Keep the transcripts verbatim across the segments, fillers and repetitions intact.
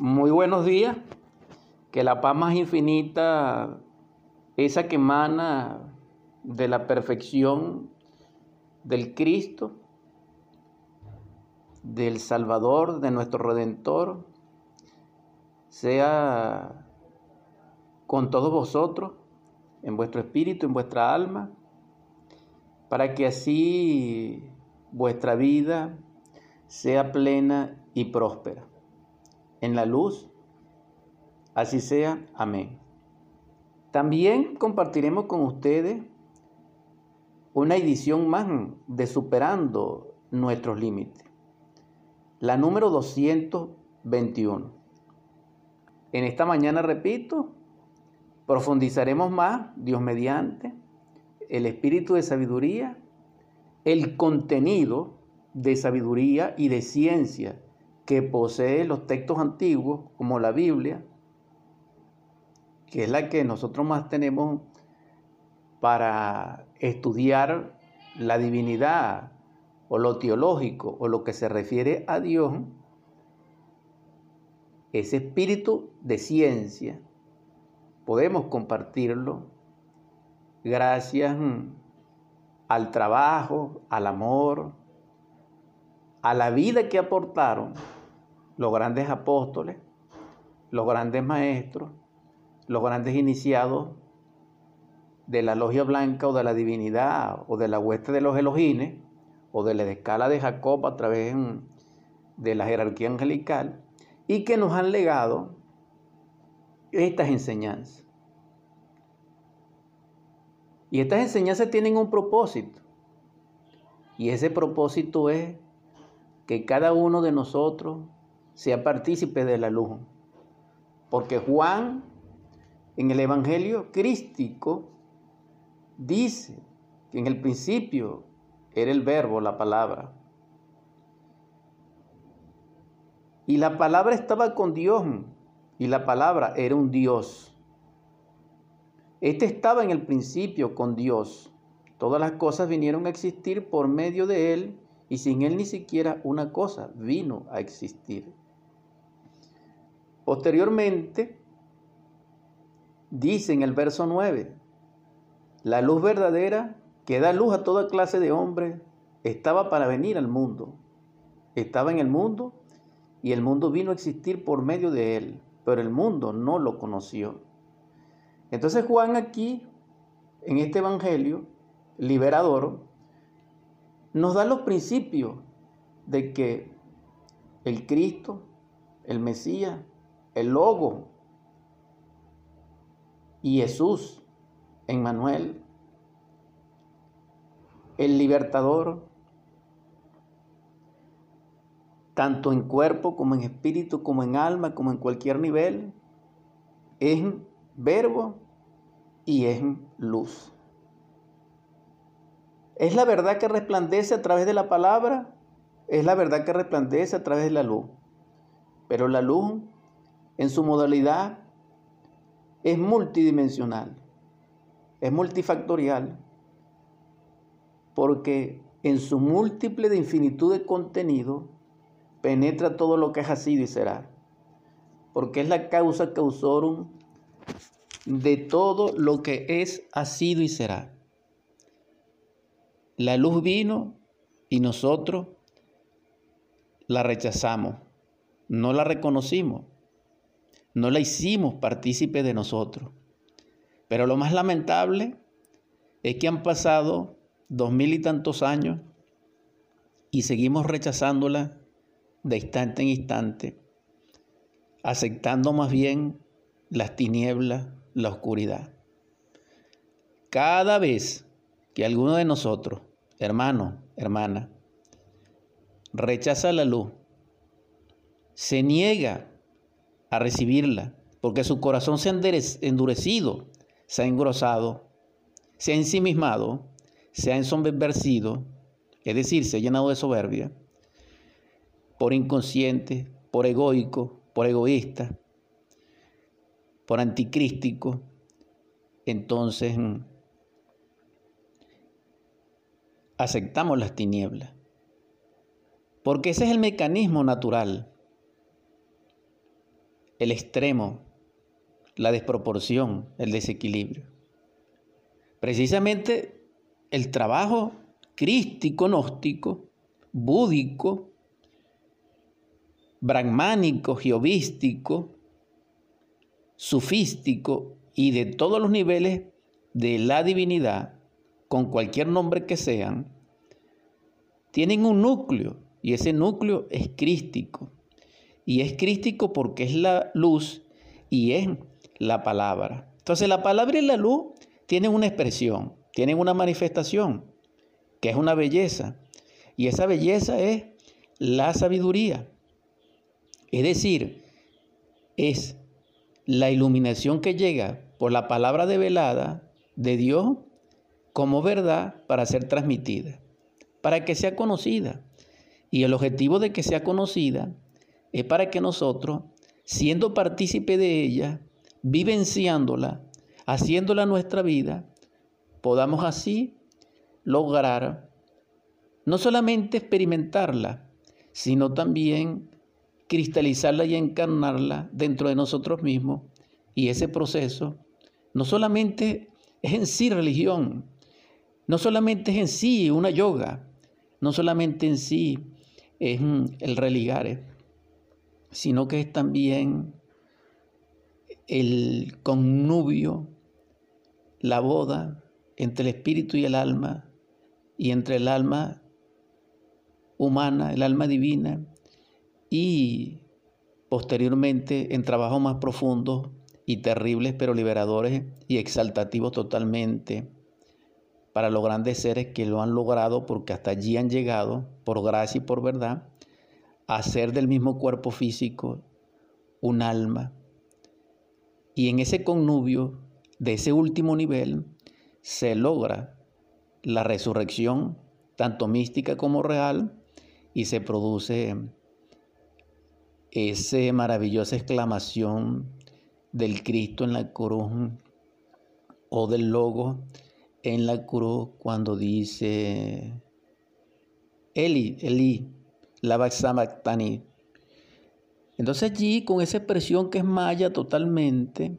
Muy buenos días, que la paz más infinita, esa que emana de la perfección del Cristo, del Salvador, de nuestro Redentor, sea con todos vosotros, en vuestro espíritu, en vuestra alma, para que así vuestra vida sea plena y próspera. En la luz, así sea. Amén. También compartiremos con ustedes una edición más de Superando Nuestros Límites, la número doscientos veintiuno. En esta mañana, repito, profundizaremos más, Dios mediante, el espíritu de sabiduría, el contenido de sabiduría y de ciencia que posee los textos antiguos, como la Biblia, que es la que nosotros más tenemos para estudiar la divinidad o lo teológico o lo que se refiere a Dios. Ese espíritu de ciencia podemos compartirlo gracias al trabajo, al amor, a la vida que aportaron los grandes apóstoles, los grandes maestros, los grandes iniciados de la logia blanca o de la divinidad o de la hueste de los Elohines o de la escala de Jacob a través de la jerarquía angelical, y que nos han legado estas enseñanzas. Y estas enseñanzas tienen un propósito, y ese propósito es que cada uno de nosotros sea partícipe de la luz. Porque Juan, en el Evangelio crístico, dice que en el principio era el verbo, la palabra. Y la palabra estaba con Dios, y la palabra era un Dios. Este estaba en el principio con Dios. Todas las cosas vinieron a existir por medio de Él, y sin Él ni siquiera una cosa vino a existir. Posteriormente, dice en el verso nueve, la luz verdadera que da luz a toda clase de hombres estaba para venir al mundo. Estaba en el mundo y el mundo vino a existir por medio de él, pero el mundo no lo conoció. Entonces Juan aquí, en este evangelio liberador, nos da los principios de que el Cristo, el Mesías, el Logo y Jesús, Emmanuel, el libertador, tanto en cuerpo como en espíritu, como en alma, como en cualquier nivel, es verbo y es luz. Es la verdad que resplandece a través de la palabra, es la verdad que resplandece a través de la luz. Pero la luz, en su modalidad, es multidimensional, es multifactorial, porque en su múltiple de infinitud de contenido penetra todo lo que ha sido y será, porque es la causa causorum de todo lo que es, ha sido y será. La luz vino y nosotros la rechazamos, no la reconocimos, no la hicimos partícipe de nosotros. Pero lo más lamentable es que han pasado dos mil y tantos años y seguimos rechazándola de instante en instante, aceptando más bien las tinieblas, la oscuridad. Cada vez que alguno de nosotros, hermano, hermana, rechaza la luz, se niega a recibirla, porque su corazón se ha endurecido, se ha engrosado, se ha ensimismado, se ha ensoberbecido, es decir, se ha llenado de soberbia, por inconsciente, por egoico, por egoísta, por anticrístico. Entonces aceptamos las tinieblas, porque ese es el mecanismo natural. el extremo, la desproporción, el desequilibrio. Precisamente el trabajo crístico, gnóstico, búdico, brahmánico, jehovístico, sufístico y de todos los niveles de la divinidad, con cualquier nombre que sean, tienen un núcleo, y ese núcleo es crístico. Y es crístico porque es la luz y es la palabra. Entonces la palabra y la luz tienen una expresión, tienen una manifestación, que es una belleza. Y esa belleza es la sabiduría. Es decir, es la iluminación que llega por la palabra develada de Dios como verdad para ser transmitida, para que sea conocida. Y el objetivo de que sea conocida es para que nosotros, siendo partícipe de ella, vivenciándola, haciéndola nuestra vida, podamos así lograr no solamente experimentarla, sino también cristalizarla y encarnarla dentro de nosotros mismos. Y ese proceso no solamente es en sí religión, no solamente es en sí una yoga, no solamente en sí es el religare, sino que es también el connubio, la boda entre el espíritu y el alma, y entre el alma humana, el alma divina, y posteriormente en trabajos más profundos y terribles, pero liberadores y exaltativos totalmente, para los grandes seres que lo han logrado, porque hasta allí han llegado, por gracia y por verdad, a hacer del mismo cuerpo físico un alma. Y en ese connubio de ese último nivel se logra la resurrección, tanto mística como real, y se produce esa maravillosa exclamación del Cristo en la cruz o del Logos en la cruz cuando dice Eli, Eli, lama sabachthani. Entonces allí, con esa expresión que es maya totalmente,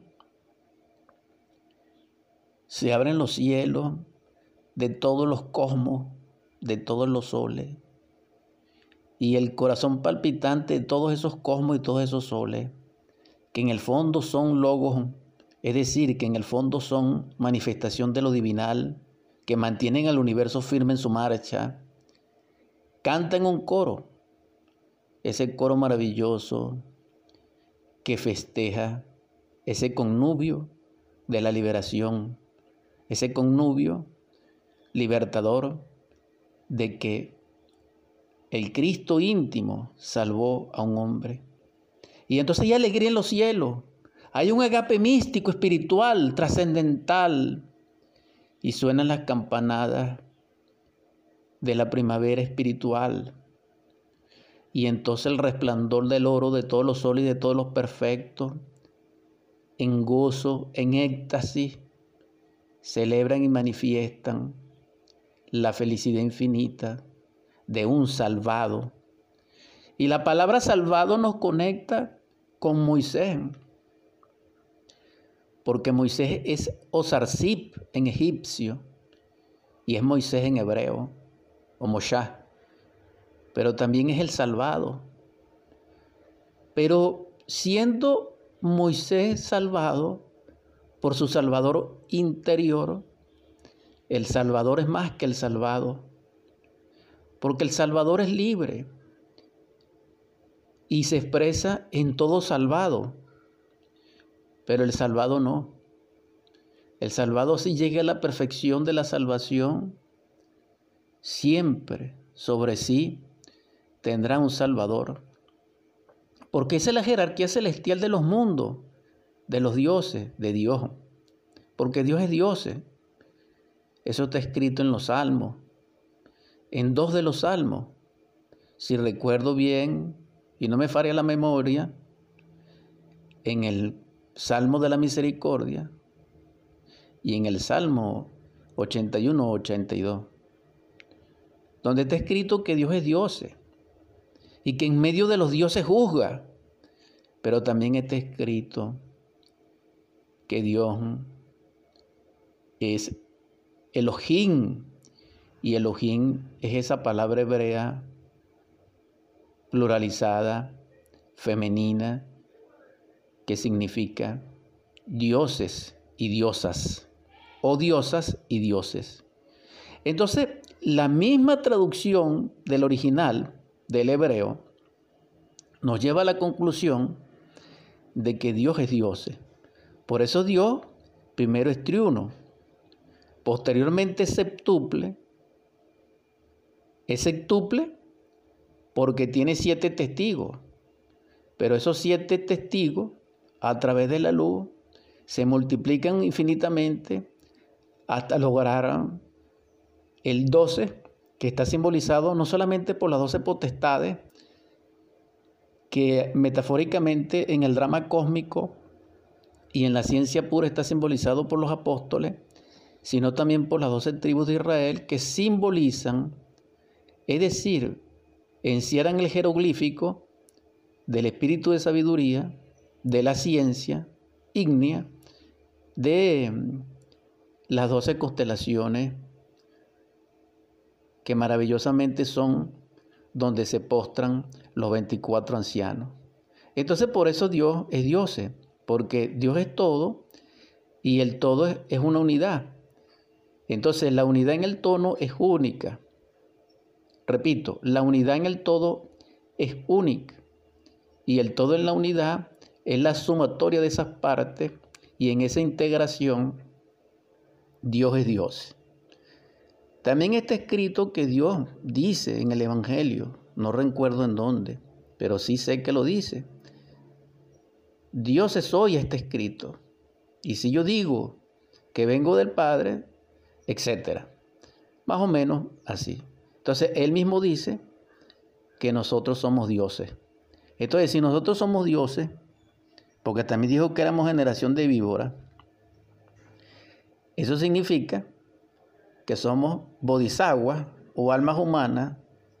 se abren los cielos de todos los cosmos, de todos los soles, y el corazón palpitante de todos esos cosmos y todos esos soles, que en el fondo son logos, es decir, que en el fondo son manifestación de lo divinal, que mantienen al universo firme en su marcha, cantan un coro, ese coro maravilloso que festeja ese connubio de la liberación, ese connubio libertador de que el Cristo íntimo salvó a un hombre. Y entonces hay alegría en los cielos, hay un agape místico, espiritual, trascendental, y suenan las campanadas de la primavera espiritual. Y entonces el resplandor del oro de todos los soles y de todos los perfectos, en gozo, en éxtasis, celebran y manifiestan la felicidad infinita de un salvado. Y la palabra salvado nos conecta con Moisés, porque Moisés es Osarsip en egipcio y es Moisés en hebreo, o Moshe, pero también es el salvado. Pero siendo Moisés salvado por su Salvador interior, el Salvador es más que el salvado, porque el Salvador es libre y se expresa en todo salvado, pero el salvado no. El salvado, si llega a la perfección de la salvación, siempre sobre sí tendrá un Salvador, porque esa es la jerarquía celestial de los mundos, de los dioses, de Dios, porque Dios es Dios. Eso está escrito en los Salmos, en dos de los Salmos, si recuerdo bien y no me falla la memoria, en el Salmo de la Misericordia y en el Salmo ochenta y uno, ochenta y dos, donde está escrito que Dios es Dios y que en medio de los dioses juzga, Pero también está escrito que Dios es Elohim, y Elohim es esa palabra hebrea pluralizada, femenina, que significa dioses y diosas, o diosas y dioses. Entonces, la misma traducción del original del hebreo nos lleva a la conclusión de que Dios es Dios. Por eso Dios primero es triuno, posteriormente es septuple, es septuple porque tiene siete testigos, pero esos siete testigos a través de la luz se multiplican infinitamente hasta lograr el doce, que está simbolizado no solamente por las doce potestades, que metafóricamente en el drama cósmico y en la ciencia pura está simbolizado por los apóstoles, sino también por las doce tribus de Israel, que simbolizan, es decir, encierran el jeroglífico del espíritu de sabiduría, de la ciencia ígnea, de las doce constelaciones, que maravillosamente son donde se postran los veinticuatro ancianos. Entonces, por eso Dios es Dios, porque Dios es todo y el todo es, es una unidad. Entonces, la unidad en el tono es única. Repito, la unidad en el todo es única y el todo en la unidad es la sumatoria de esas partes, y en esa integración Dios es Dios. También está escrito que Dios dice en el Evangelio, no recuerdo en dónde, pero sí sé que lo dice. Dios es hoy, está escrito. Y si yo digo que vengo del Padre, etcétera. Más o menos así. Entonces, Él mismo dice que nosotros somos dioses. Entonces, si nosotros somos dioses, porque también dijo que éramos generación de víboras, eso significa que somos bodhisattvas o almas humanas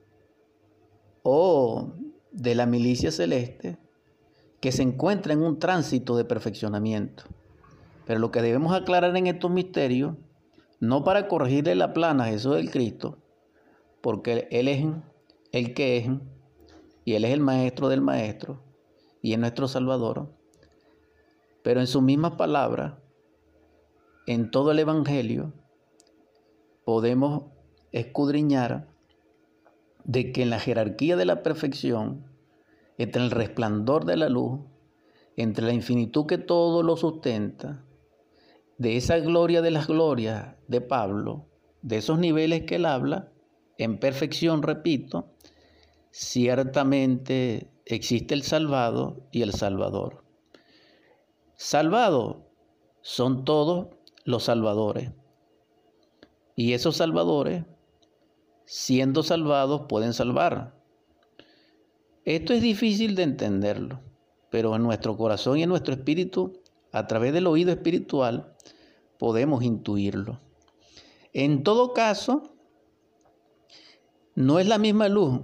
o de la milicia celeste que se encuentra en un tránsito de perfeccionamiento. Pero lo que debemos aclarar en estos misterios, no para corregirle la plana a Jesús del Cristo, porque Él es el que es, y Él es el maestro del maestro, y es nuestro Salvador, pero en sus mismas palabras, en todo el Evangelio, podemos escudriñar de que en la jerarquía de la perfección, entre el resplandor de la luz, entre la infinitud que todo lo sustenta, de esa gloria de las glorias de Pablo, de esos niveles que él habla, en perfección, repito, ciertamente existe el salvado y el salvador. Salvados son todos los salvadores. Y esos salvadores, siendo salvados, pueden salvar. Esto es difícil de entenderlo, pero en nuestro corazón y en nuestro espíritu, a través del oído espiritual, podemos intuirlo. En todo caso, no es la misma luz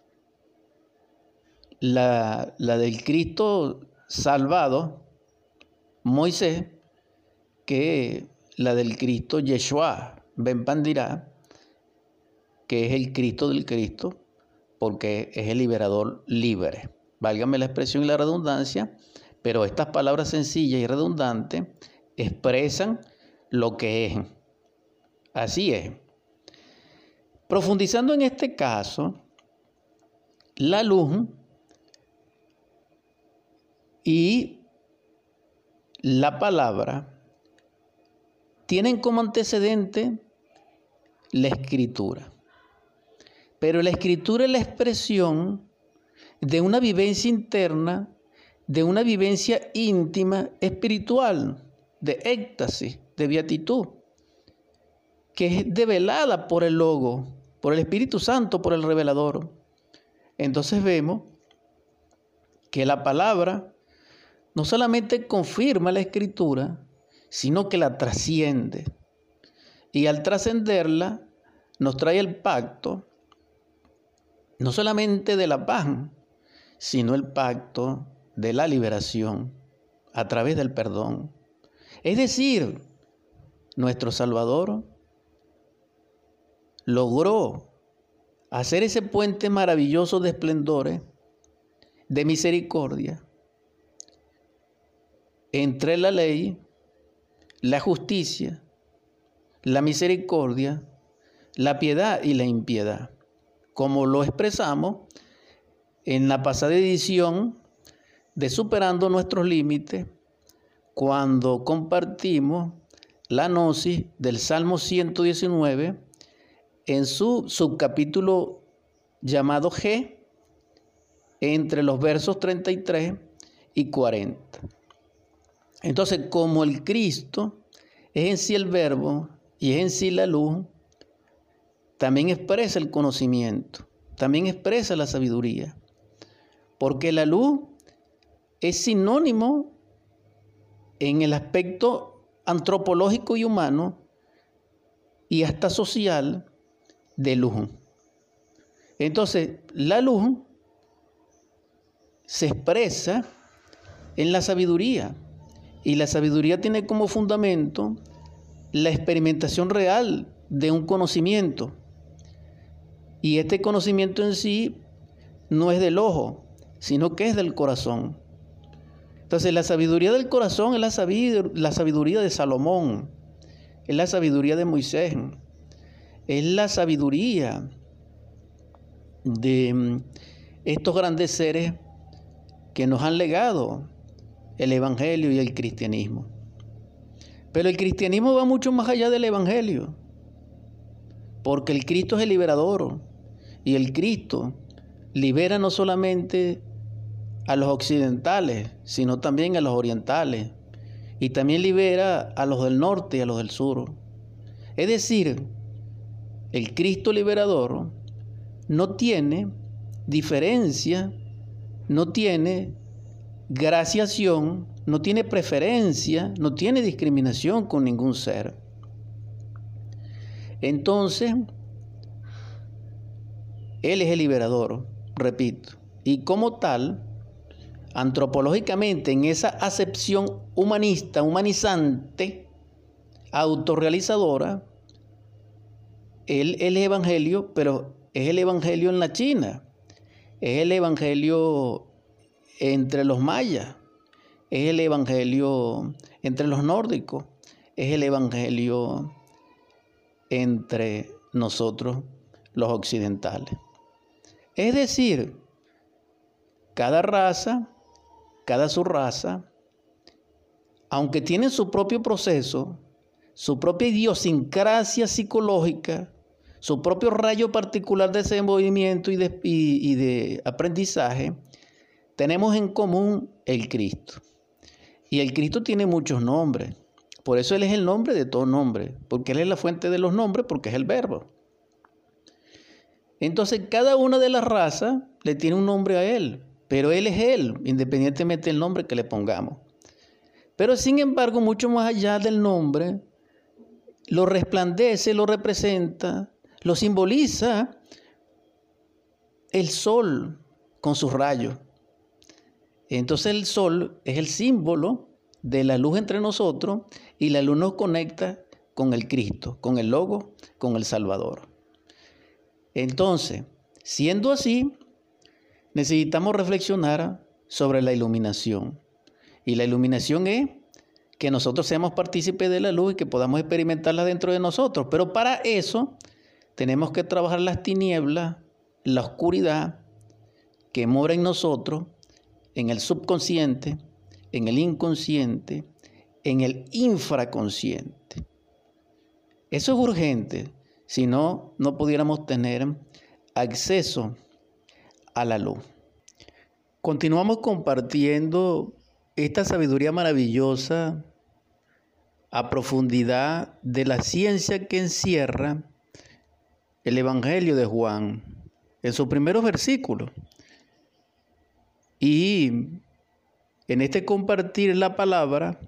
la, la del Cristo salvado, Moisés, que la del Cristo Yeshua Ben Pandirá, que es el Cristo del Cristo, porque es el liberador libre. Válgame la expresión y la redundancia, pero estas palabras sencillas y redundantes expresan lo que es. Así es. Profundizando en este caso, la luz y la palabra tienen como antecedente la escritura. Pero la escritura es la expresión de una vivencia interna, de una vivencia íntima, espiritual, de éxtasis, de beatitud, que es develada por el Logo, por el Espíritu Santo, por el revelador. Entonces vemos que la palabra no solamente confirma la escritura, sino que la trasciende. Y al trascenderla, nos trae el pacto, no solamente de la paz, sino el pacto de la liberación a través del perdón. Es decir, nuestro Salvador logró hacer ese puente maravilloso de esplendores, de misericordia, entre la ley, la justicia, la misericordia, la piedad y la impiedad, como lo expresamos en la pasada edición de Superando Nuestros Límites, cuando compartimos la gnosis del Salmo ciento diecinueve en su subcapítulo llamado G, entre los versos treinta y tres y cuarenta. Entonces, como el Cristo es en sí el verbo y es en sí la luz, también expresa el conocimiento, también expresa la sabiduría, porque la luz es sinónimo en el aspecto antropológico y humano y hasta social de luz. Entonces, la luz se expresa en la sabiduría, y la sabiduría tiene como fundamento la experimentación real de un conocimiento. Y este conocimiento en sí no es del ojo, sino que es del corazón. Entonces, la sabiduría del corazón es la sabiduría, la sabiduría de Salomón, es la sabiduría de Moisés, es la sabiduría de estos grandes seres que nos han legado el Evangelio y el cristianismo. Pero el cristianismo va mucho más allá del Evangelio, porque el Cristo es el liberador, y el Cristo libera no solamente a los occidentales, sino también a los orientales, y también libera a los del norte y a los del sur. Es decir, el Cristo liberador no tiene diferencia, no tiene graciación, no tiene preferencia, no tiene discriminación con ningún ser. Entonces, Él es el liberador, repito, y como tal, antropológicamente, en esa acepción humanista, humanizante, autorrealizadora, Él es el Evangelio, pero es el Evangelio en la China, es el Evangelio entre los mayas, es el Evangelio entre los nórdicos, es el Evangelio entre nosotros, los occidentales. Es decir, cada raza, cada subraza, aunque tienen su propio proceso, su propia idiosincrasia psicológica, su propio rayo particular de desenvolvimiento y de, y, y de aprendizaje, tenemos en común el Cristo. Y el Cristo tiene muchos nombres. Por eso Él es el nombre de todo nombre, porque Él es la fuente de los nombres, porque es el verbo. Entonces, cada una de las razas le tiene un nombre a Él, pero Él es Él, independientemente del nombre que le pongamos. Pero sin embargo, mucho más allá del nombre, lo resplandece, lo representa, lo simboliza el sol con sus rayos. Entonces el sol es el símbolo de la luz entre nosotros, y la luz nos conecta con el Cristo, con el Logo, con el Salvador. Entonces, siendo así, necesitamos reflexionar sobre la iluminación. Y la iluminación es que nosotros seamos partícipes de la luz y que podamos experimentarla dentro de nosotros. Pero para eso tenemos que trabajar las tinieblas, la oscuridad que mora en nosotros, en el subconsciente, en el inconsciente, en el infraconsciente. Eso es urgente, si no, no pudiéramos tener acceso a la luz. Continuamos compartiendo esta sabiduría maravillosa a profundidad de la ciencia que encierra el Evangelio de Juan en sus primeros versículos. Y en este compartir la palabra,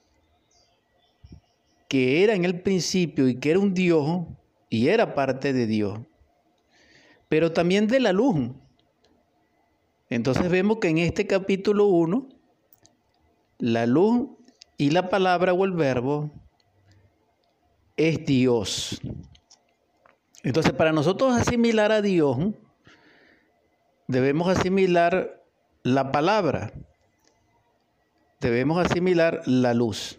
que era en el principio y que era un Dios y era parte de Dios, pero también de la luz, Entonces vemos que en este capítulo uno, la luz y la palabra o el verbo es Dios. Entonces, para nosotros asimilar a Dios, debemos asimilar la palabra, debemos asimilar la luz.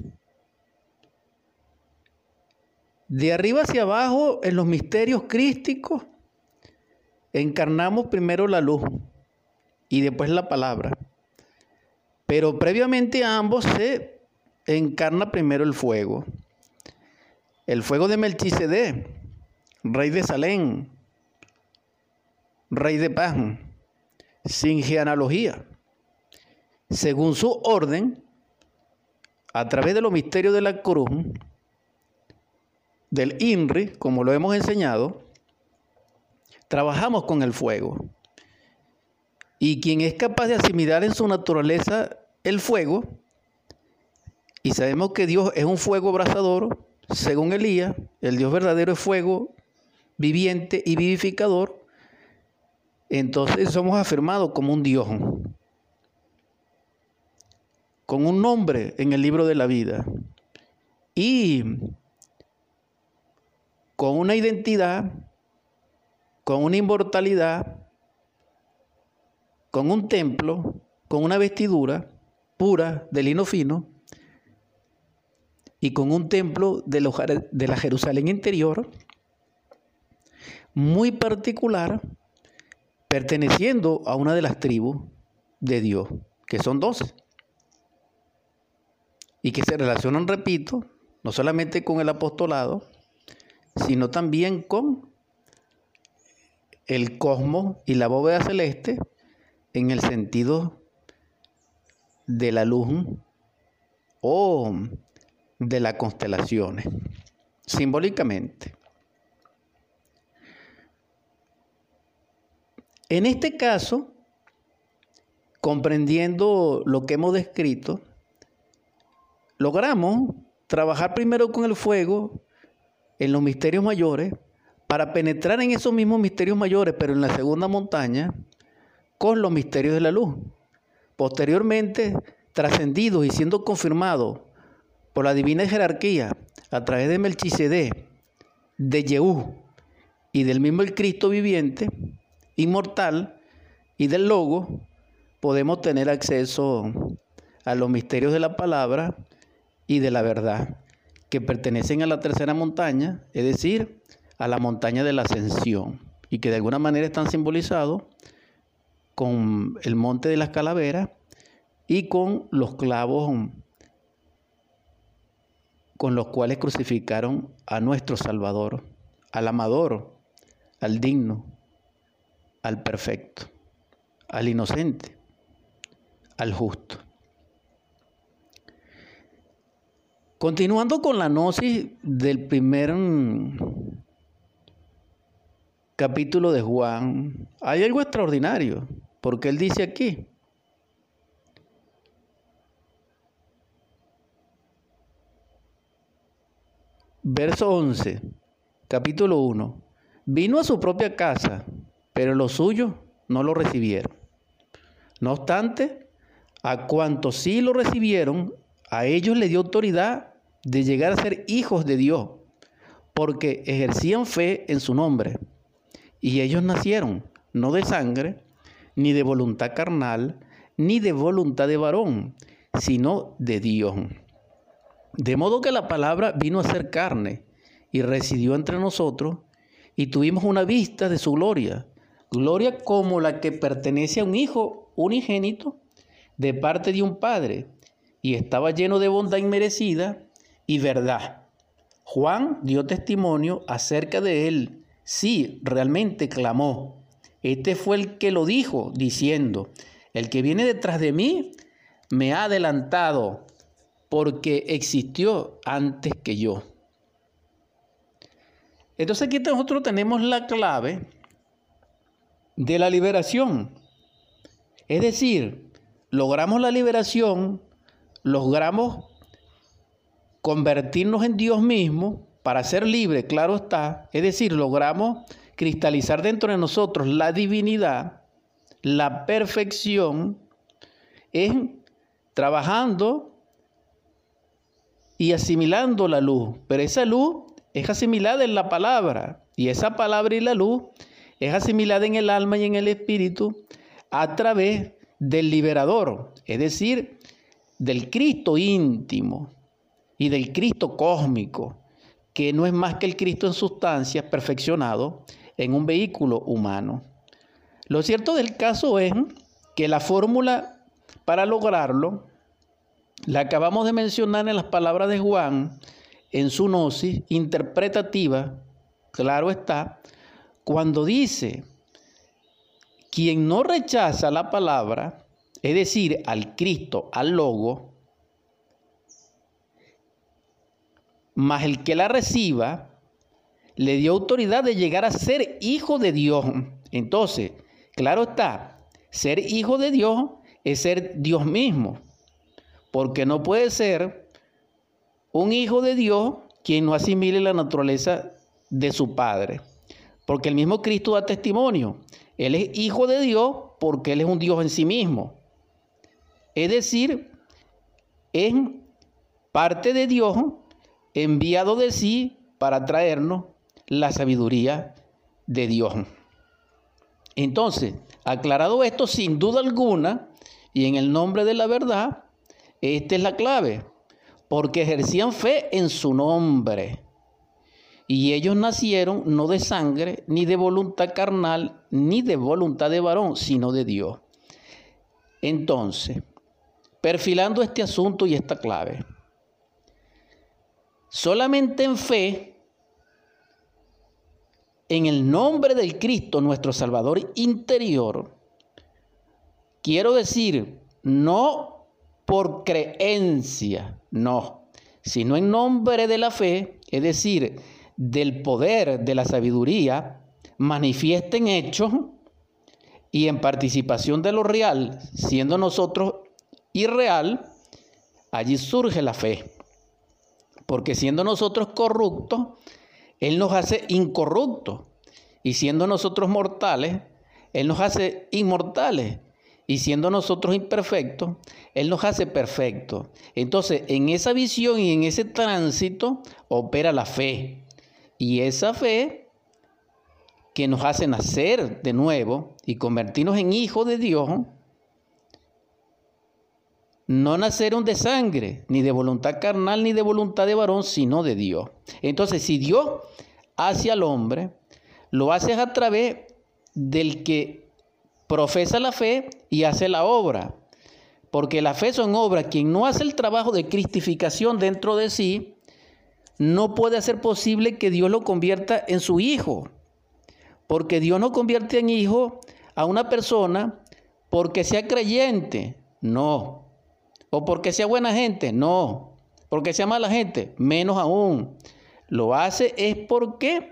De arriba hacia abajo, en los misterios crísticos, encarnamos primero la luz y después la palabra. Pero previamente a ambos se encarna primero el fuego. El fuego de Melquisedec, rey de Salem, rey de paz, sin genealogía. Según su orden, a través de los misterios de la cruz, del I N R I, como lo hemos enseñado, trabajamos con el fuego. Y quien es capaz de asimilar en su naturaleza el fuego, y sabemos que Dios es un fuego abrasador, según Elías, el Dios verdadero es fuego viviente y vivificador, entonces somos afirmados como un Dios, con un nombre en el libro de la vida y con una identidad, con una inmortalidad, con un templo, con una vestidura pura de lino fino y con un templo de, los, de la Jerusalén interior muy particular, perteneciendo a una de las tribus de Dios, que son doce, y que se relacionan, repito, no solamente con el apostolado, sino también con el cosmos y la bóveda celeste, en el sentido de la luz o de las constelaciones, simbólicamente. En este caso, comprendiendo lo que hemos descrito, logramos trabajar primero con el fuego en los misterios mayores para penetrar en esos mismos misterios mayores, pero en la segunda montaña, con los misterios de la luz. Posteriormente, trascendidos y siendo confirmados por la divina jerarquía a través de Melquisedec, de Yehú y del mismo el Cristo viviente, inmortal, y del Logo, podemos tener acceso a los misterios de la palabra y de la verdad, que pertenecen a la tercera montaña, es decir, a la montaña de la ascensión, y que de alguna manera están simbolizados con el monte de las calaveras y con los clavos con los cuales crucificaron a nuestro Salvador, al amador, al digno, al perfecto, al inocente, al justo. Continuando con la gnosis del primer capítulo de Juan, hay algo extraordinario, porque él dice aquí: verso once, capítulo uno. Vino a su propia casa, pero los suyos no lo recibieron. No obstante, a cuantos sí lo recibieron, a ellos le dio autoridad de llegar a ser hijos de Dios, porque ejercían fe en su nombre. Y ellos nacieron, no de sangre, ni de voluntad carnal, ni de voluntad de varón, sino de Dios. De modo que la palabra vino a ser carne y residió entre nosotros, y tuvimos una vista de su gloria, gloria como la que pertenece a un hijo unigénito de parte de un padre, y estaba lleno de bondad inmerecida y verdad. Juan dio testimonio acerca de él. Sí, realmente clamó. Este fue el que lo dijo, diciendo: el que viene detrás de mí me ha adelantado, porque existió antes que yo. Entonces aquí nosotros tenemos la clave de la liberación. Es decir, logramos la liberación, logramos convertirnos en Dios mismo para ser libres, claro está. Es decir, logramos cristalizar dentro de nosotros la divinidad, la perfección es trabajando y asimilando la luz, pero esa luz es asimilada en la palabra, y esa palabra y la luz es asimilada en el alma y en el espíritu a través del liberador, es decir, del Cristo íntimo y del Cristo cósmico, que no es más que el Cristo en sustancia perfeccionado en un vehículo humano. Lo cierto del caso es que la fórmula para lograrlo la acabamos de mencionar en las palabras de Juan, en su gnosis interpretativa, claro está, cuando dice, quien no rechaza la palabra, es decir, al Cristo, al Logo, mas el que la reciba, le dio autoridad de llegar a ser hijo de Dios. Entonces, claro está, ser hijo de Dios es ser Dios mismo. Porque no puede ser un hijo de Dios quien no asimile la naturaleza de su Padre. Porque el mismo Cristo da testimonio. Él es hijo de Dios porque Él es un Dios en sí mismo. Es decir, es parte de Dios enviado de sí para traernos la sabiduría de Dios. Entonces, aclarado esto, sin duda alguna, y en el nombre de la verdad, esta es la clave, porque ejercían fe en su nombre. Y ellos nacieron no de sangre, ni de voluntad carnal, ni de voluntad de varón, sino de Dios. Entonces, perfilando este asunto y esta clave, solamente en fe, en el nombre del Cristo, nuestro Salvador interior, quiero decir, no por creencia, no, sino en nombre de la fe, es decir, del poder de la sabiduría, manifiesta en hechos y en participación de lo real, siendo nosotros irreal, allí surge la fe. Porque siendo nosotros corruptos, Él nos hace incorruptos, y siendo nosotros mortales, Él nos hace inmortales. Y siendo nosotros imperfectos, Él nos hace perfectos. Entonces, en esa visión y en ese tránsito opera la fe. Y esa fe que nos hace nacer de nuevo y convertirnos en hijos de Dios, no nacieron de sangre, ni de voluntad carnal, ni de voluntad de varón, sino de Dios. Entonces, si Dios hace al hombre, lo hace a través del que profesa la fe y hace la obra, porque la fe son obras. Quien no hace el trabajo de cristificación dentro de sí, no puede hacer posible que Dios lo convierta en su hijo, porque Dios no convierte en hijo a una persona porque sea creyente, no, o porque sea buena gente, no, porque sea mala gente, menos aún. Lo hace es porque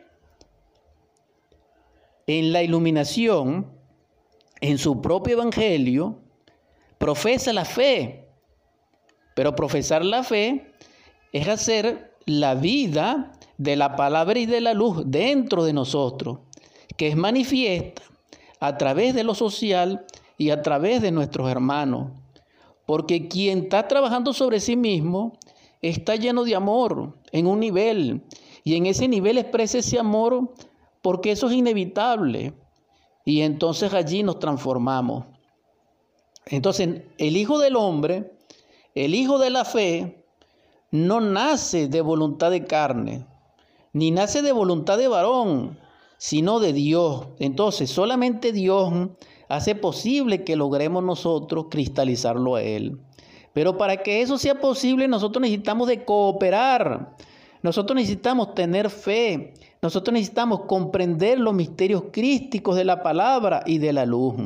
en la iluminación, en su propio evangelio, profesa la fe. Pero profesar la fe es hacer la vida de la palabra y de la luz dentro de nosotros, que es manifiesta a través de lo social y a través de nuestros hermanos. Porque quien está trabajando sobre sí mismo está lleno de amor en un nivel, y en ese nivel expresa ese amor porque eso es inevitable. Y entonces allí nos transformamos. Entonces, el Hijo del Hombre, el Hijo de la fe, no nace de voluntad de carne, ni nace de voluntad de varón, sino de Dios. Entonces, solamente Dios hace posible que logremos nosotros cristalizarlo a Él. Pero para que eso sea posible, nosotros necesitamos de cooperar. Nosotros necesitamos tener fe. Nosotros necesitamos comprender los misterios crísticos de la palabra y de la luz.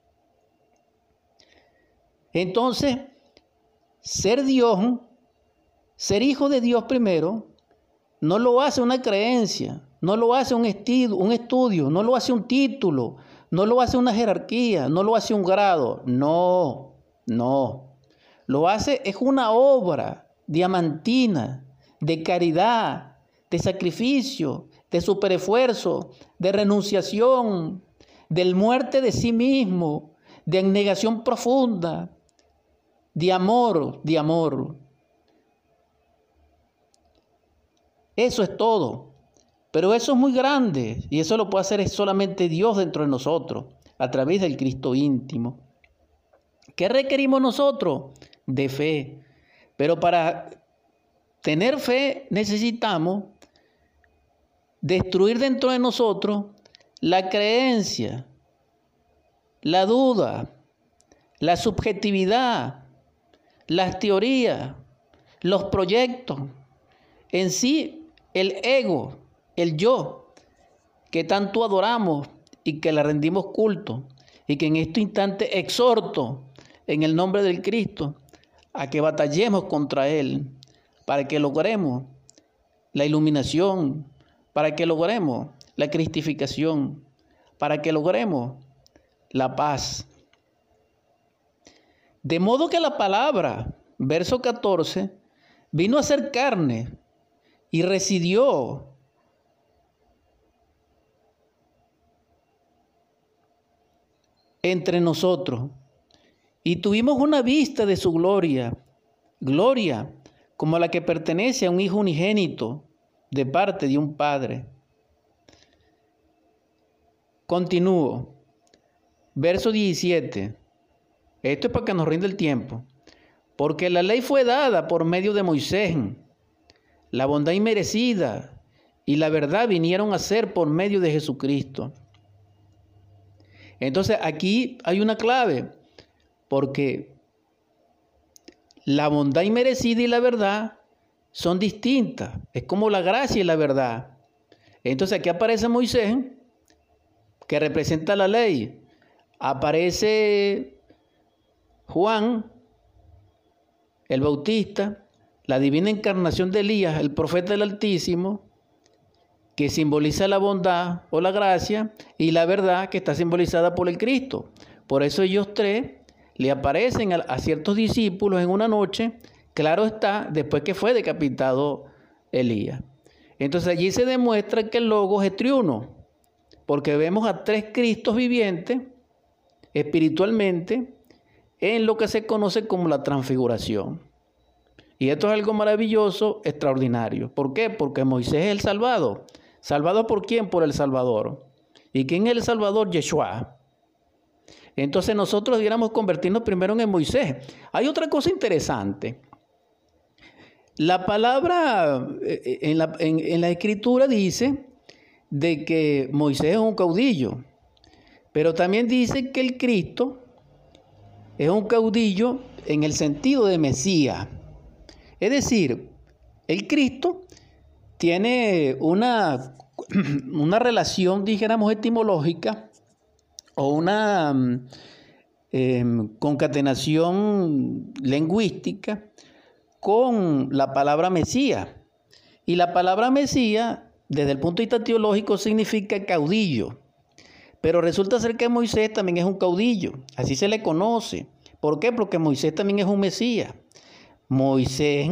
Entonces, ser Dios, ser hijo de Dios primero, no lo hace una creencia, no lo hace un estudio, un estudio, no lo hace un título, no lo hace una jerarquía, no lo hace un grado. No, no. Lo hace es una obra diamantina, de caridad, de sacrificio, de superesfuerzo, de renunciación, del muerte de sí mismo, de abnegación profunda, de amor, de amor. Eso es todo. Pero eso es muy grande y eso lo puede hacer solamente Dios dentro de nosotros, a través del Cristo íntimo. ¿Qué requerimos nosotros? De fe. Pero para tener fe necesitamos destruir dentro de nosotros la creencia, la duda, la subjetividad, las teorías, los proyectos, en sí el ego, el yo, que tanto adoramos y que le rendimos culto, y que en este instante exhorto en el nombre del Cristo a que batallemos contra él, para que logremos la iluminación, para que logremos la cristificación, para que logremos la paz. De modo que la palabra, verso catorce, vino a ser carne y residió entre nosotros, y tuvimos una vista de su gloria, gloria como la que pertenece a un hijo unigénito de parte de un padre. Continúo. Verso diecisiete. Esto es para que nos rinde el tiempo. Porque la ley fue dada por medio de Moisés. La bondad inmerecida y la verdad vinieron a ser por medio de Jesucristo. Entonces aquí hay una clave, porque la bondad inmerecida y la verdad son distintas. Es como la gracia y la verdad. Entonces aquí aparece Moisés, que representa la ley. Aparece Juan, el Bautista, la divina encarnación de Elías, el profeta del Altísimo, que simboliza la bondad o la gracia, y la verdad, que está simbolizada por el Cristo. Por eso ellos tres le aparecen a, a ciertos discípulos en una noche, claro está, después que fue decapitado Elías. Entonces allí se demuestra que el Logos es triuno, porque vemos a tres Cristos vivientes espiritualmente en lo que se conoce como la transfiguración. Y esto es algo maravilloso, extraordinario. ¿Por qué? Porque Moisés es el salvado. ¿Salvado por quién? Por el Salvador. ¿Y quién es el Salvador? Yeshua. Entonces nosotros debiéramos convertirnos primero en Moisés. Hay otra cosa interesante. La palabra en la, en, en la Escritura dice de que Moisés es un caudillo, pero también dice que el Cristo es un caudillo en el sentido de Mesías. Es decir, el Cristo tiene una, una relación, dijéramos, etimológica o una eh, concatenación lingüística con la palabra Mesías. Y la palabra Mesías, desde el punto de vista teológico, significa caudillo. Pero resulta ser que Moisés también es un caudillo, así se le conoce. ¿Por qué? Porque Moisés también es un Mesías. Moisés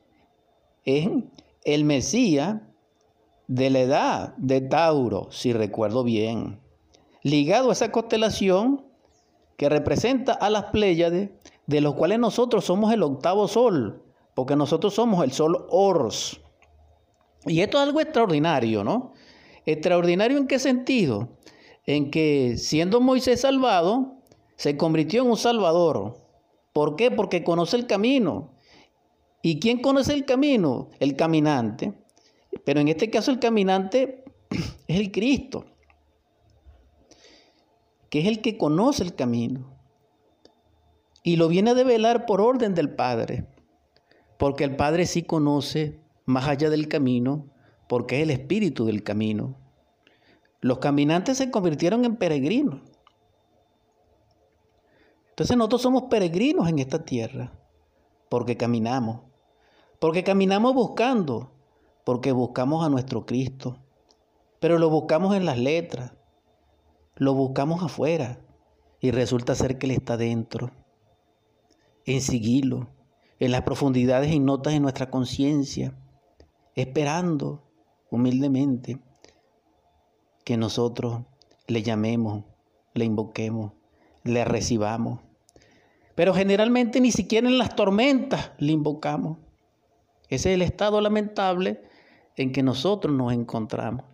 es el Mesías de la edad de Tauro, si recuerdo bien, ligado a esa constelación que representa a las Pléyades, de los cuales nosotros somos el octavo sol, porque nosotros somos el sol Horus. Y esto es algo extraordinario, ¿no? ¿Extraordinario en qué sentido? En que siendo Moisés salvado, se convirtió en un salvador. ¿Por qué? Porque conoce el camino. ¿Y quién conoce el camino? El caminante. Pero en este caso el caminante es el Cristo, que es el que conoce el camino. Y lo viene a develar por orden del Padre. Porque el Padre sí conoce más allá del camino, porque es el espíritu del camino. Los caminantes se convirtieron en peregrinos. Entonces nosotros somos peregrinos en esta tierra, porque caminamos. Porque caminamos buscando, porque buscamos a nuestro Cristo. Pero lo buscamos en las letras, lo buscamos afuera, y resulta ser que Él está dentro, en sigilo, en las profundidades ignotas de nuestra conciencia, esperando humildemente que nosotros le llamemos, le invoquemos, le recibamos. Pero generalmente ni siquiera en las tormentas le invocamos. Ese es el estado lamentable en que nosotros nos encontramos.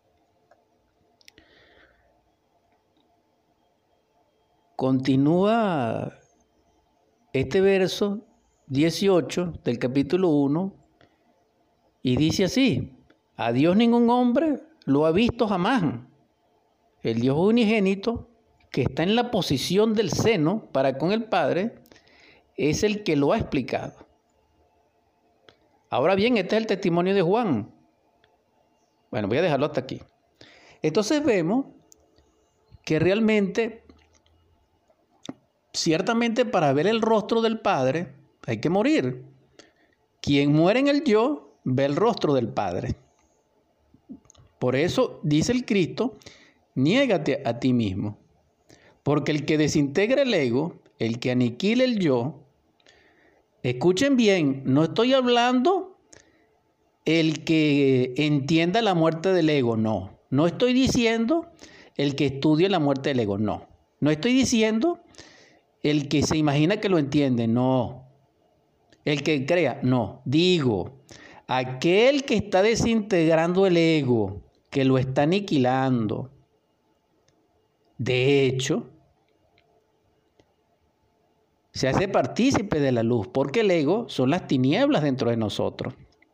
Continúa este verso dieciocho del capítulo uno y dice así: a Dios ningún hombre lo ha visto jamás. El Dios unigénito, que está en la posición del seno para con el Padre, es el que lo ha explicado. Ahora bien, este es el testimonio de Juan. Bueno, voy a dejarlo hasta aquí. Entonces vemos que realmente, ciertamente para ver el rostro del Padre hay que morir. Quien muere en el yo ve el rostro del Padre. Por eso dice el Cristo: niégate a ti mismo. Porque el que desintegra el ego, el que aniquila el yo, escuchen bien, no estoy hablando el que entienda la muerte del ego, no. No estoy diciendo el que estudie la muerte del ego, no. No estoy diciendo el que se imagina que lo entiende, no. El que crea, no. Digo, aquel que está desintegrando el ego, que lo está aniquilando. De hecho, se hace partícipe de la luz, porque el ego son las tinieblas dentro de nosotros.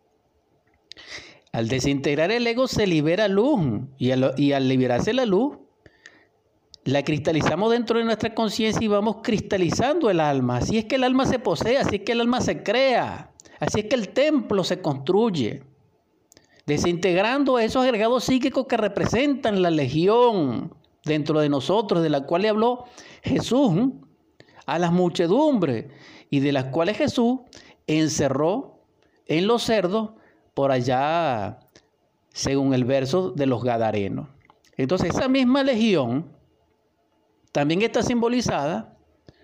Al desintegrar el ego se libera luz, y al, y al liberarse la luz, la cristalizamos dentro de nuestra conciencia y vamos cristalizando el alma. Así es que el alma se posee, así es que el alma se crea, así es que el templo se construye. Desintegrando esos agregados psíquicos que representan la legión dentro de nosotros, de la cual le habló Jesús a las muchedumbres y de las cuales Jesús encerró en los cerdos por allá, según el verso de los Gadarenos. Entonces esa misma legión también está simbolizada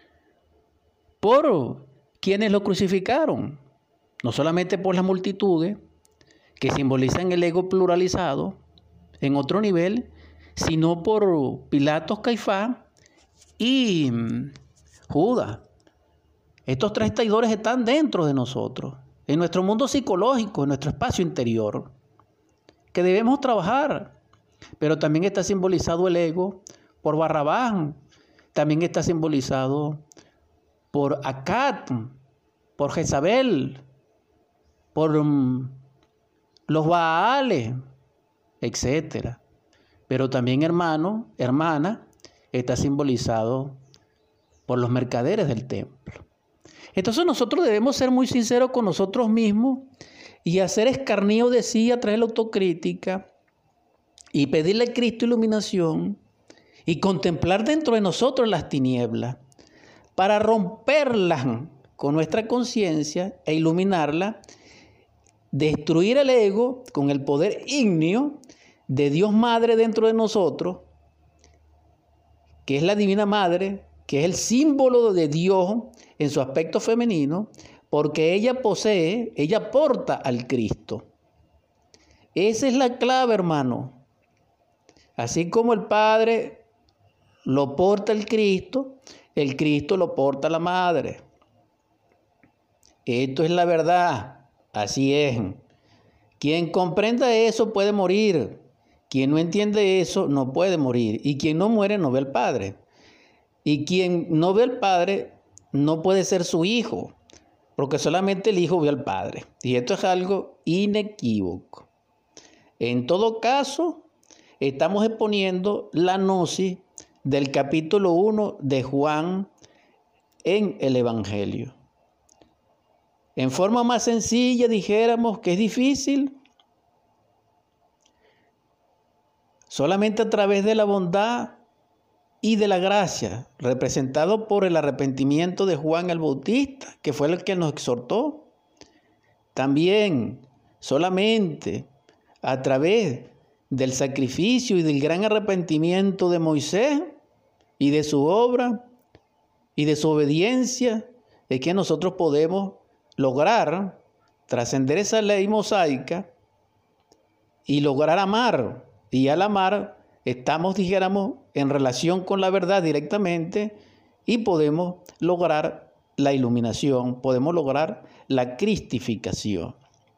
por quienes lo crucificaron, no solamente por las multitudes que simbolizan el ego pluralizado en otro nivel, sino por Pilatos, Caifás y Judas. Estos tres traidores están dentro de nosotros, en nuestro mundo psicológico, en nuestro espacio interior, que debemos trabajar. Pero también está simbolizado el ego por Barrabás, también está simbolizado por Acat, por Jezabel, por um, los Baales, etcétera. Pero también, hermano, hermana, está simbolizado por los mercaderes del templo. Entonces nosotros debemos ser muy sinceros con nosotros mismos y hacer escarnio de sí a través de la autocrítica y pedirle a Cristo iluminación y contemplar dentro de nosotros las tinieblas para romperlas con nuestra conciencia e iluminarla, destruir el ego con el poder ígneo de Dios Madre dentro de nosotros, que es la Divina Madre, que es el símbolo de Dios en su aspecto femenino, porque ella posee, ella porta al Cristo. Esa es la clave, hermano. Así como el Padre lo porta el Cristo, el Cristo lo porta la Madre. Esto es la verdad, así es. Quien comprenda eso puede morir. Quien no entiende eso no puede morir. Y quien no muere no ve al Padre. Y quien no ve al Padre no puede ser su hijo, porque solamente el hijo ve al Padre. Y esto es algo inequívoco. En todo caso, estamos exponiendo la gnosis del capítulo uno de Juan en el Evangelio. En forma más sencilla dijéramos que es difícil. Solamente a través de la bondad y de la gracia, representado por el arrepentimiento de Juan el Bautista, que fue el que nos exhortó. También solamente a través del sacrificio y del gran arrepentimiento de Moisés y de su obra y de su obediencia, es que nosotros podemos lograr trascender esa ley mosaica y lograr amar. Y al amar, estamos, dijéramos, en relación con la verdad directamente y podemos lograr la iluminación, podemos lograr la cristificación.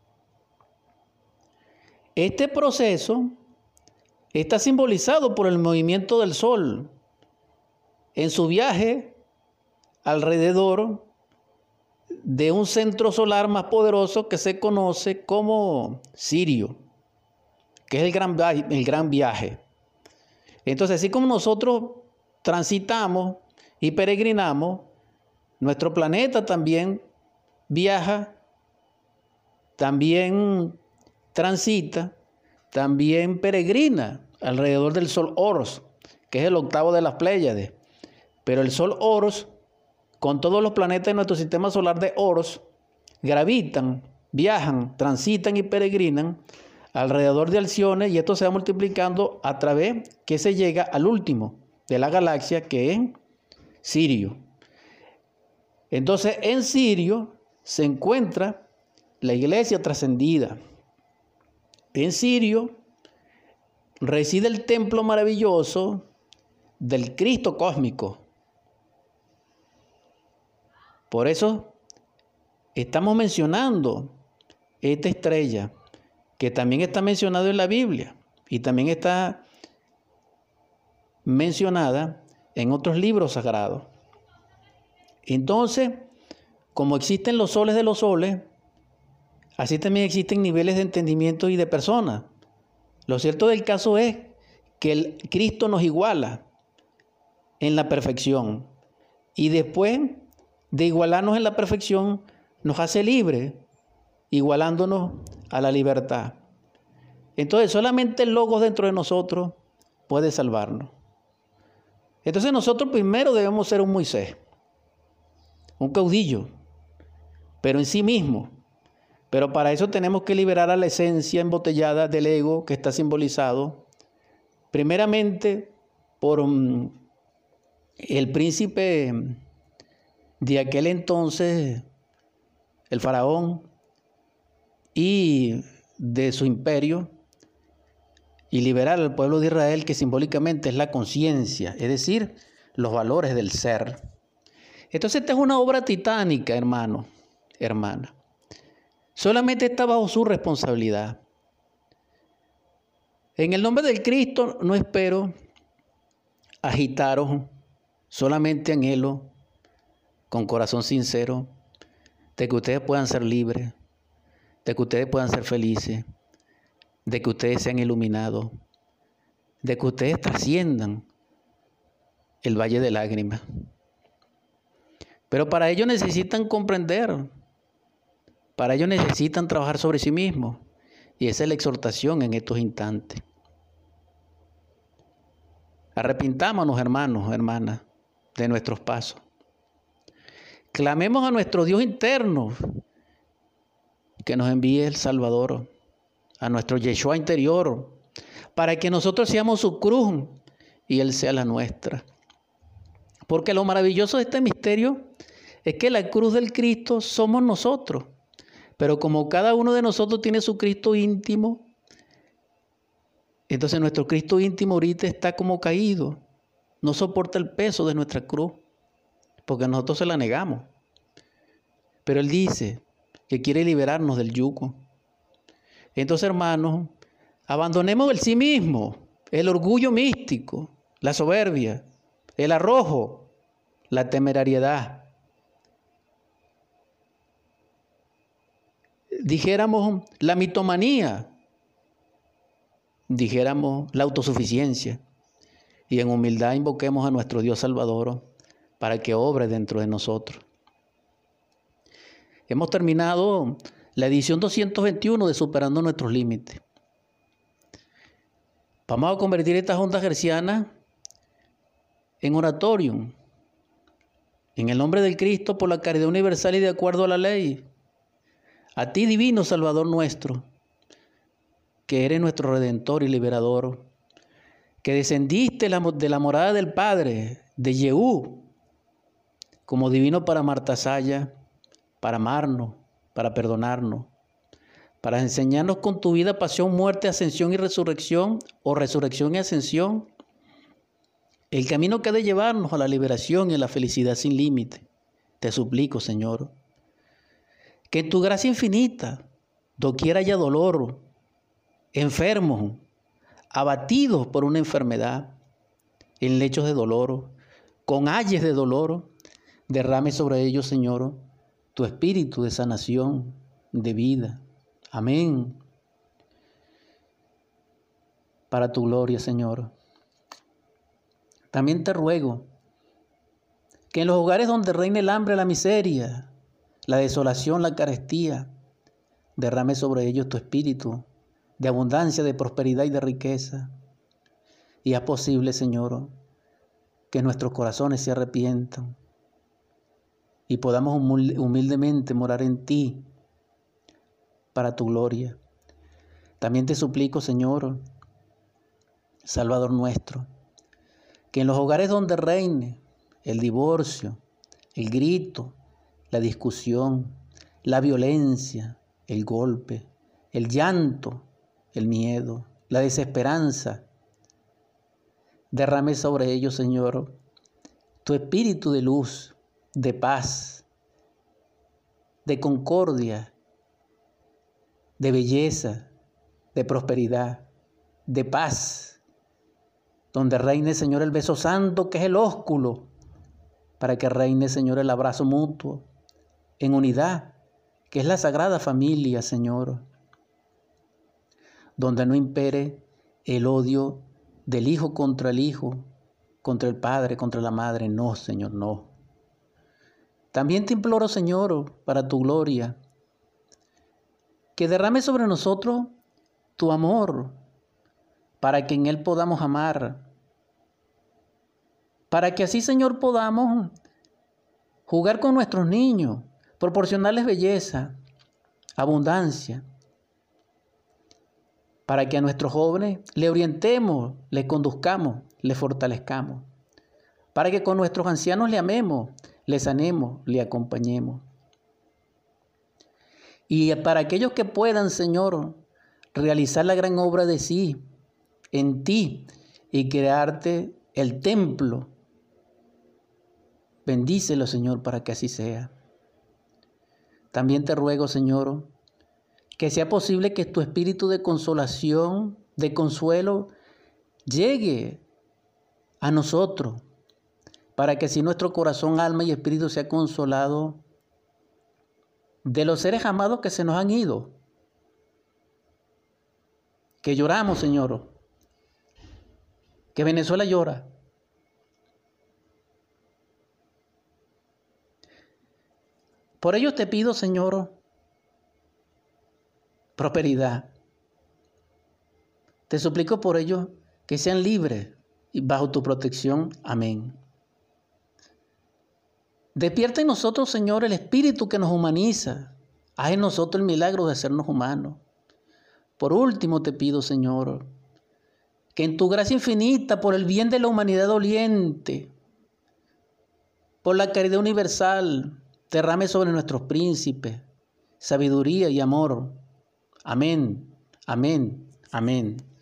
Este proceso está simbolizado por el movimiento del Sol en su viaje alrededor de un centro solar más poderoso que se conoce como Sirio, que es el gran, el gran viaje. Entonces, así como nosotros transitamos y peregrinamos, nuestro planeta también viaja, también transita, también peregrina alrededor del Sol Oros, que es el octavo de las Pléyades. Pero el Sol Oros, con todos los planetas de nuestro sistema solar de Oros, gravitan, viajan, transitan y peregrinan alrededor de Alcione, y esto se va multiplicando a través que se llega al último de la galaxia, que es Sirio. Entonces, en Sirio se encuentra la iglesia trascendida. En Sirio reside el templo maravilloso del Cristo cósmico. Por eso estamos mencionando esta estrella, que también está mencionada en la Biblia y también está mencionada en otros libros sagrados. Entonces, como existen los soles de los soles, así también existen niveles de entendimiento y de personas. Lo cierto del caso es que el Cristo nos iguala en la perfección, y después de igualarnos en la perfección nos hace libres, igualándonos a la libertad. Entonces solamente el Logos dentro de nosotros puede salvarnos. Entonces nosotros primero debemos ser un Moisés, un caudillo, pero en sí mismo. Pero para eso tenemos que liberar a la esencia embotellada del ego, que está simbolizado primeramente por um, el príncipe de aquel entonces, el faraón, y de su imperio, y liberar al pueblo de Israel, que simbólicamente es la conciencia, es decir, los valores del ser. Entonces esta es una obra titánica, hermano, hermana. Solamente está bajo su responsabilidad. En el nombre del Cristo no espero agitaros, solamente anhelo, con corazón sincero, de que ustedes puedan ser libres, de que ustedes puedan ser felices, de que ustedes sean iluminados, de que ustedes trasciendan el valle de lágrimas. Pero para ello necesitan comprender, para ello necesitan trabajar sobre sí mismos, y esa es la exhortación en estos instantes. Arrepintámonos, hermanos, hermanas, de nuestros pasos. Clamemos a nuestro Dios interno que nos envíe el Salvador, a nuestro Yeshua interior, para que nosotros seamos su cruz y Él sea la nuestra. Porque lo maravilloso de este misterio es que la cruz del Cristo somos nosotros. Pero como cada uno de nosotros tiene su Cristo íntimo, entonces nuestro Cristo íntimo ahorita está como caído. No soporta el peso de nuestra cruz, porque nosotros se la negamos. Pero Él dice que quiere liberarnos del yugo. Entonces, hermanos, abandonemos el sí mismo, el orgullo místico, la soberbia, el arrojo, la temerariedad. Dijéramos la mitomanía, dijéramos la autosuficiencia, y en humildad invoquemos a nuestro Dios Salvador para que obre dentro de nosotros. Hemos terminado la edición doscientos veintiuno de Superando Nuestros Límites. Vamos a convertir estas ondas hercianas en oratorium, en el nombre del Cristo, por la caridad universal y de acuerdo a la ley. A ti, divino Salvador nuestro, que eres nuestro Redentor y Liberador, que descendiste de la morada del Padre, de Yehú, como divino para Martasaya, para amarnos, para perdonarnos, para enseñarnos con tu vida, pasión, muerte, ascensión y resurrección, o resurrección y ascensión, el camino que ha de llevarnos a la liberación y a la felicidad sin límite. Te suplico, Señor, que en tu gracia infinita, doquiera haya dolor, enfermos, abatidos por una enfermedad, en lechos de dolor, con ayes de dolor, derrame sobre ellos, Señor, tu espíritu de sanación, de vida. Amén. Para tu gloria, Señor. También te ruego que en los hogares donde reine el hambre, la miseria, la desolación, la carestía, derrame sobre ellos tu espíritu de abundancia, de prosperidad y de riqueza. Y haz posible, Señor, que nuestros corazones se arrepientan y podamos humildemente morar en ti para tu gloria. También te suplico, Señor, Salvador nuestro, que en los hogares donde reine el divorcio, el grito, la discusión, la violencia, el golpe, el llanto, el miedo, la desesperanza, derrame sobre ellos, Señor, tu espíritu de luz, de paz, de concordia, de belleza, de prosperidad, de paz, donde reine, Señor, el beso santo que es el ósculo, para que reine, Señor, el abrazo mutuo, en unidad, que es la sagrada familia, Señor, donde no impere el odio del hijo contra el hijo, contra el padre, contra la madre. No, Señor, no. También te imploro, Señor, para tu gloria, que derrame sobre nosotros tu amor, para que en él podamos amar, para que así, Señor, podamos jugar con nuestros niños, proporcionarles belleza, abundancia, para que a nuestros jóvenes le orientemos, les conduzcamos, les fortalezcamos, para que con nuestros ancianos le amemos, le sanemos, le acompañemos. Y para aquellos que puedan, Señor, realizar la gran obra de sí, en ti, y crearte el templo, bendícelo, Señor, para que así sea. También te ruego, Señor, que sea posible que tu espíritu de consolación, de consuelo, llegue a nosotros, para que así nuestro corazón, alma y espíritu sea consolado de los seres amados que se nos han ido, que lloramos, Señor, que Venezuela llora. Por ello te pido, Señor, prosperidad. Te suplico por ello que sean libres y bajo tu protección. Amén. Despierta en nosotros, Señor, el espíritu que nos humaniza. Haz en nosotros el milagro de hacernos humanos. Por último te pido, Señor, que en tu gracia infinita, por el bien de la humanidad doliente, por la caridad universal, derrame sobre nuestros príncipes sabiduría y amor. Amén, amén, amén.